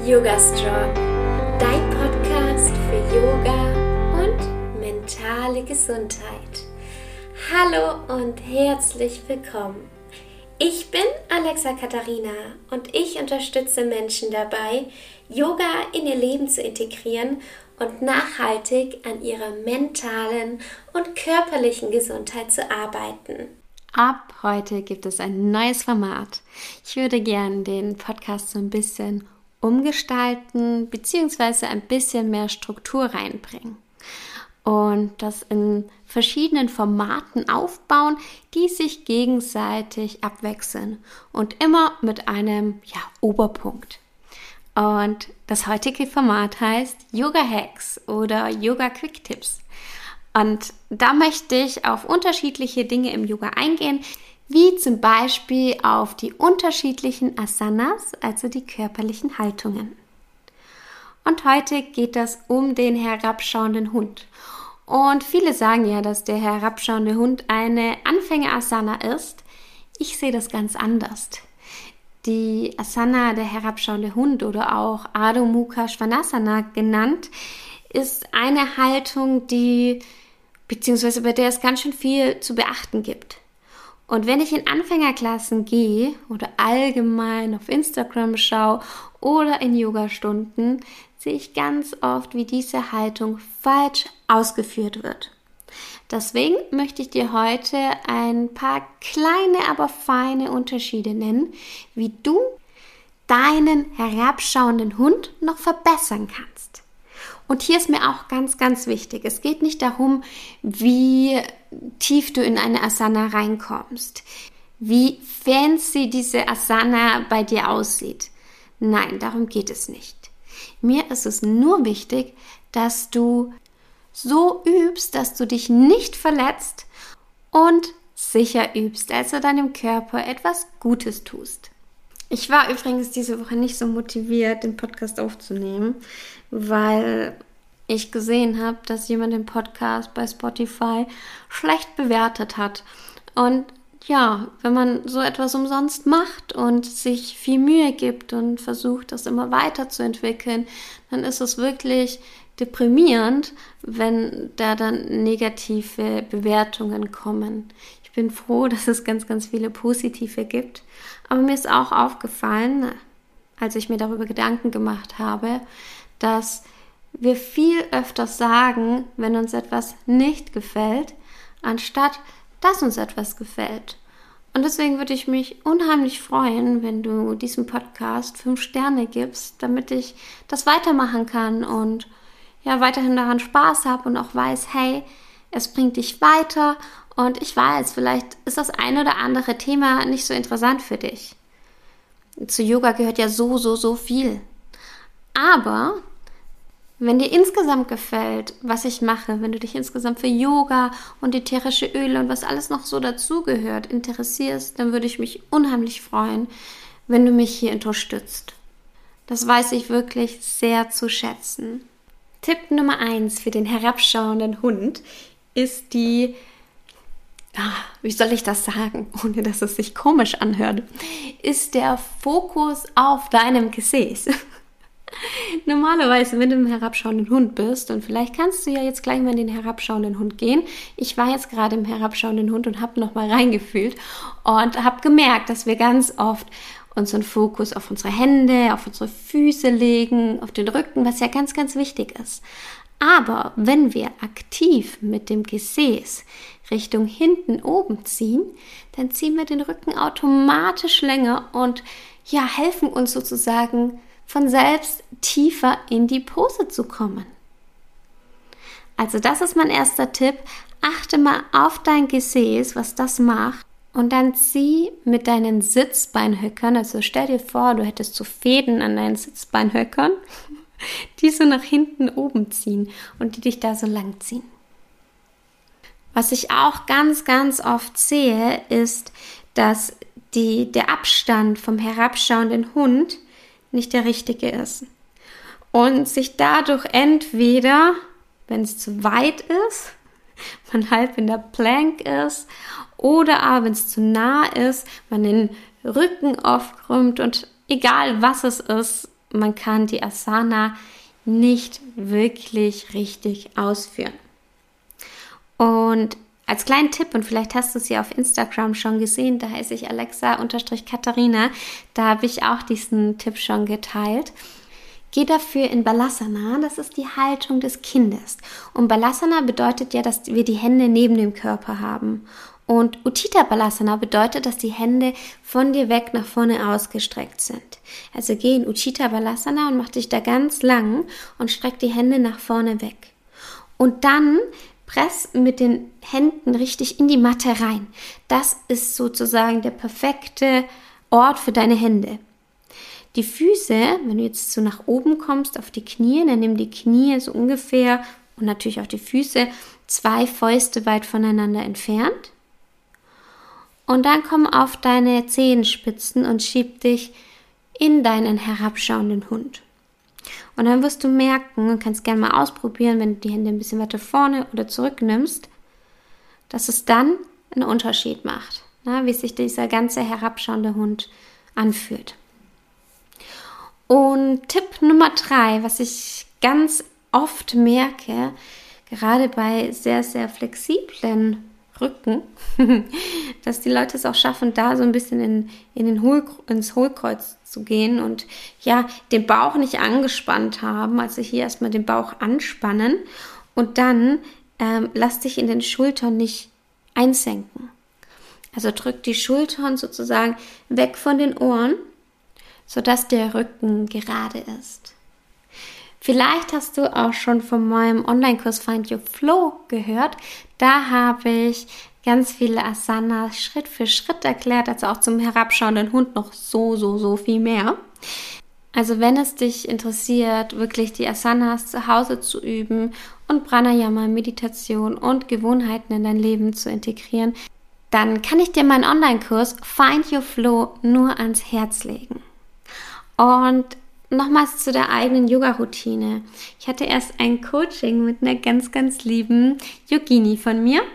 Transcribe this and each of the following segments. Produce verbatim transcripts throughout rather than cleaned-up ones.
Yoga Strong, dein Podcast für Yoga und mentale Gesundheit. Hallo und herzlich willkommen. Ich bin Alexa Katharina und ich unterstütze Menschen dabei, Yoga in ihr Leben zu integrieren und nachhaltig an ihrer mentalen und körperlichen Gesundheit zu arbeiten. Ab heute gibt es ein neues Format. Ich würde gerne den Podcast so ein bisschen umgestalten bzw. ein bisschen mehr Struktur reinbringen und das in verschiedenen Formaten aufbauen, die sich gegenseitig abwechseln und immer mit einem ja, Oberpunkt. Und das heutige Format heißt Yoga Hacks oder Yoga Quick Tips. Und da möchte ich auf unterschiedliche Dinge im Yoga eingehen, wie zum Beispiel auf die unterschiedlichen Asanas, also die körperlichen Haltungen. Und heute geht es um den herabschauenden Hund. Und viele sagen ja, dass der herabschauende Hund eine Anfänger-Asana ist. Ich sehe das ganz anders. Die Asana, der herabschauende Hund oder auch Adho Mukha Svanasana genannt, ist eine Haltung, die beziehungsweise bei der es ganz schön viel zu beachten gibt. Und wenn ich in Anfängerklassen gehe oder allgemein auf Instagram schaue oder in Yogastunden, sehe ich ganz oft, wie diese Haltung falsch ausgeführt wird. Deswegen möchte ich dir heute ein paar kleine, aber feine Unterschiede nennen, wie du deinen herabschauenden Hund noch verbessern kannst. Und hier ist mir auch ganz, ganz wichtig, es geht nicht darum, wie tief du in eine Asana reinkommst, wie fancy diese Asana bei dir aussieht. Nein, darum geht es nicht. Mir ist es nur wichtig, dass du so übst, dass du dich nicht verletzt und sicher übst, also deinem Körper etwas Gutes tust. Ich war übrigens diese Woche nicht so motiviert, den Podcast aufzunehmen, weil ich gesehen habe, dass jemand den Podcast bei Spotify schlecht bewertet hat. Und ja, wenn man so etwas umsonst macht und sich viel Mühe gibt und versucht, das immer weiterzuentwickeln, dann ist es wirklich deprimierend, wenn da dann negative Bewertungen kommen. Ich bin froh, dass es ganz, ganz viele positive gibt. Aber mir ist auch aufgefallen, als ich mir darüber Gedanken gemacht habe, dass wir viel öfter sagen, wenn uns etwas nicht gefällt, anstatt dass uns etwas gefällt. Und deswegen würde ich mich unheimlich freuen, wenn du diesem Podcast fünf Sterne gibst, damit ich das weitermachen kann und ja weiterhin daran Spaß habe und auch weiß, hey, es bringt dich weiter und ich weiß, vielleicht ist das ein oder andere Thema nicht so interessant für dich. Zu Yoga gehört ja so, so, so viel. Aber wenn dir insgesamt gefällt, was ich mache, wenn du dich insgesamt für Yoga und ätherische Öle und was alles noch so dazugehört interessierst, dann würde ich mich unheimlich freuen, wenn du mich hier unterstützt. Das weiß ich wirklich sehr zu schätzen. Tipp Nummer eins für den herabschauenden Hund ist die, wie soll ich das sagen, ohne dass es sich komisch anhört, ist der Fokus auf deinem Gesäß. Normalerweise, wenn du im herabschauenden Hund bist, und vielleicht kannst du ja jetzt gleich mal in den herabschauenden Hund gehen. Ich war jetzt gerade im herabschauenden Hund und habe nochmal reingefühlt und habe gemerkt, dass wir ganz oft unseren Fokus auf unsere Hände, auf unsere Füße legen, auf den Rücken, was ja ganz, ganz wichtig ist. Aber wenn wir aktiv mit dem Gesäß Richtung hinten oben ziehen, dann ziehen wir den Rücken automatisch länger und ja, helfen uns sozusagen von selbst tiefer in die Pose zu kommen. Also das ist mein erster Tipp. Achte mal auf dein Gesäß, was das macht. Und dann zieh mit deinen Sitzbeinhöckern, also stell dir vor, du hättest so Fäden an deinen Sitzbeinhöckern, die so nach hinten oben ziehen und die dich da so lang ziehen. Was ich auch ganz, ganz oft sehe, ist, dass die, der Abstand vom herabschauenden Hund nicht der richtige ist. Und sich dadurch entweder, wenn es zu weit ist, man halb in der Plank ist, oder aber, wenn es zu nah ist, man den Rücken aufkrümmt und egal was es ist, man kann die Asana nicht wirklich richtig ausführen. Und als kleinen Tipp, und vielleicht hast du es ja auf Instagram schon gesehen, da heiße ich Alexa-Katharina, da habe ich auch diesen Tipp schon geteilt. Geh dafür in Balasana, das ist die Haltung des Kindes. Und Balasana bedeutet ja, dass wir die Hände neben dem Körper haben. Und Utthita Balasana bedeutet, dass die Hände von dir weg nach vorne ausgestreckt sind. Also geh in Utthita Balasana und mach dich da ganz lang und streck die Hände nach vorne weg. Und dann press mit den Händen richtig in die Matte rein. Das ist sozusagen der perfekte Ort für deine Hände. Die Füße, wenn du jetzt so nach oben kommst auf die Knie, dann nimm die Knie so ungefähr und natürlich auch die Füße zwei Fäuste weit voneinander entfernt. Und dann komm auf deine Zehenspitzen und schieb dich in deinen herabschauenden Hund. Und dann wirst du merken, und kannst gerne mal ausprobieren, wenn du die Hände ein bisschen weiter vorne oder zurück nimmst, dass es dann einen Unterschied macht, na, wie sich dieser ganze herabschauende Hund anfühlt. Und Tipp Nummer drei, was ich ganz oft merke, gerade bei sehr, sehr flexiblen Rücken, dass die Leute es auch schaffen, da so ein bisschen in, in den Hohl, ins Hohlkreuz zu gehen und ja, den Bauch nicht angespannt haben, also hier erstmal den Bauch anspannen und dann ähm, lass dich in den Schultern nicht einsenken. Also drück die Schultern sozusagen weg von den Ohren, sodass der Rücken gerade ist. Vielleicht hast du auch schon von meinem Online-Kurs Find Your Flow gehört. Da habe ich ganz viele Asanas Schritt für Schritt erklärt, also auch zum herabschauenden Hund noch so, so, so viel mehr. Also wenn es dich interessiert, wirklich die Asanas zu Hause zu üben und Pranayama, Meditation und Gewohnheiten in dein Leben zu integrieren, dann kann ich dir meinen Online-Kurs Find Your Flow nur ans Herz legen. Und nochmals zu der eigenen Yoga-Routine. Ich hatte erst ein Coaching mit einer ganz, ganz lieben Yogini von mir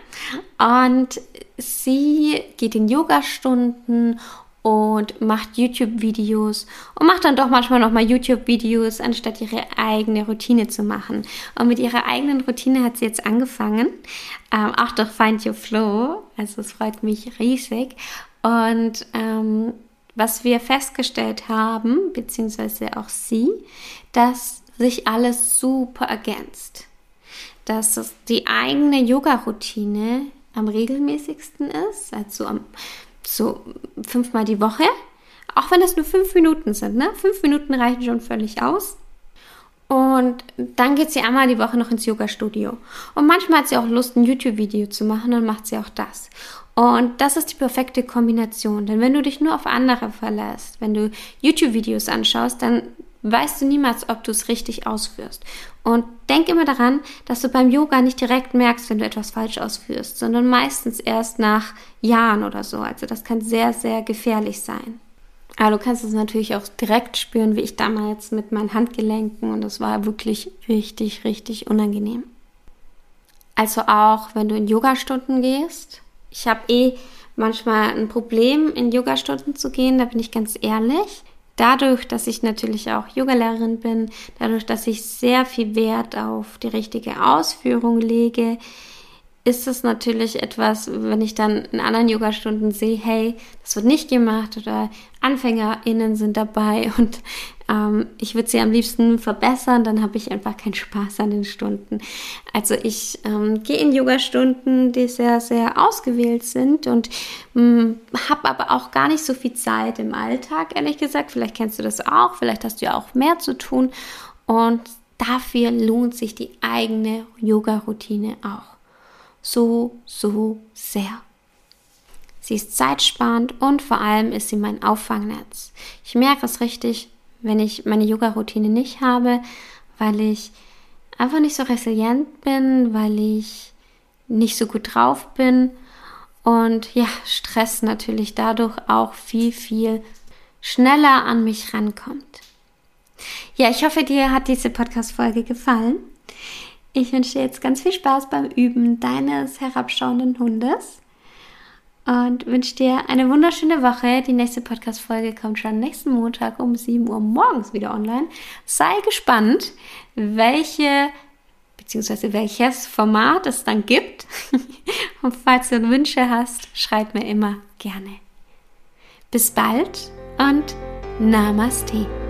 und sie geht in Yoga-Stunden und macht YouTube-Videos und macht dann doch manchmal nochmal YouTube-Videos, anstatt ihre eigene Routine zu machen. Und mit ihrer eigenen Routine hat sie jetzt angefangen, ähm, auch durch Find Your Flow, also es freut mich riesig. Und ähm, was wir festgestellt haben, beziehungsweise auch sie, dass sich alles super ergänzt. Dass es die eigene Yoga-Routine am regelmäßigsten ist, also am, so fünfmal die Woche, auch wenn es nur fünf Minuten sind, ne? Fünf Minuten reichen schon völlig aus. Und dann geht sie einmal die Woche noch ins Yoga-Studio. Und manchmal hat sie auch Lust, ein YouTube-Video zu machen, dann macht sie auch das. Und das ist die perfekte Kombination, denn wenn du dich nur auf andere verlässt, wenn du YouTube-Videos anschaust, dann weißt du niemals, ob du es richtig ausführst. Und denk immer daran, dass du beim Yoga nicht direkt merkst, wenn du etwas falsch ausführst, sondern meistens erst nach Jahren oder so. Also das kann sehr, sehr gefährlich sein. Aber du kannst es natürlich auch direkt spüren, wie ich damals mit meinen Handgelenken, und das war wirklich richtig, richtig unangenehm. Also auch, wenn du in Yogastunden gehst. Ich habe eh manchmal ein Problem, in Yogastunden zu gehen, da bin ich ganz ehrlich. Dadurch, dass ich natürlich auch Yogalehrerin bin, dadurch, dass ich sehr viel Wert auf die richtige Ausführung lege, ist es natürlich etwas, wenn ich dann in anderen Yogastunden sehe, hey, das wird nicht gemacht oder AnfängerInnen sind dabei und ähm, ich würde sie am liebsten verbessern, dann habe ich einfach keinen Spaß an den Stunden. Also ich ähm, gehe in Yogastunden, die sehr, sehr ausgewählt sind und habe aber auch gar nicht so viel Zeit im Alltag, ehrlich gesagt. Vielleicht kennst du das auch, vielleicht hast du ja auch mehr zu tun und dafür lohnt sich die eigene Yoga-Routine auch. So, so sehr. Sie ist zeitsparend und vor allem ist sie mein Auffangnetz. Ich merke es richtig, wenn ich meine Yoga-Routine nicht habe, weil ich einfach nicht so resilient bin, weil ich nicht so gut drauf bin und ja, Stress natürlich dadurch auch viel, viel schneller an mich rankommt. Ja, ich hoffe, dir hat diese Podcast-Folge gefallen. Ich wünsche dir jetzt ganz viel Spaß beim Üben deines herabschauenden Hundes. und wünsche dir eine wunderschöne Woche. Die nächste Podcast-Folge kommt schon nächsten Montag um sieben Uhr morgens wieder online. Sei gespannt, welche beziehungsweise welches Format es dann gibt. Und falls du Wünsche hast, schreib mir immer gerne. Bis bald und Namaste.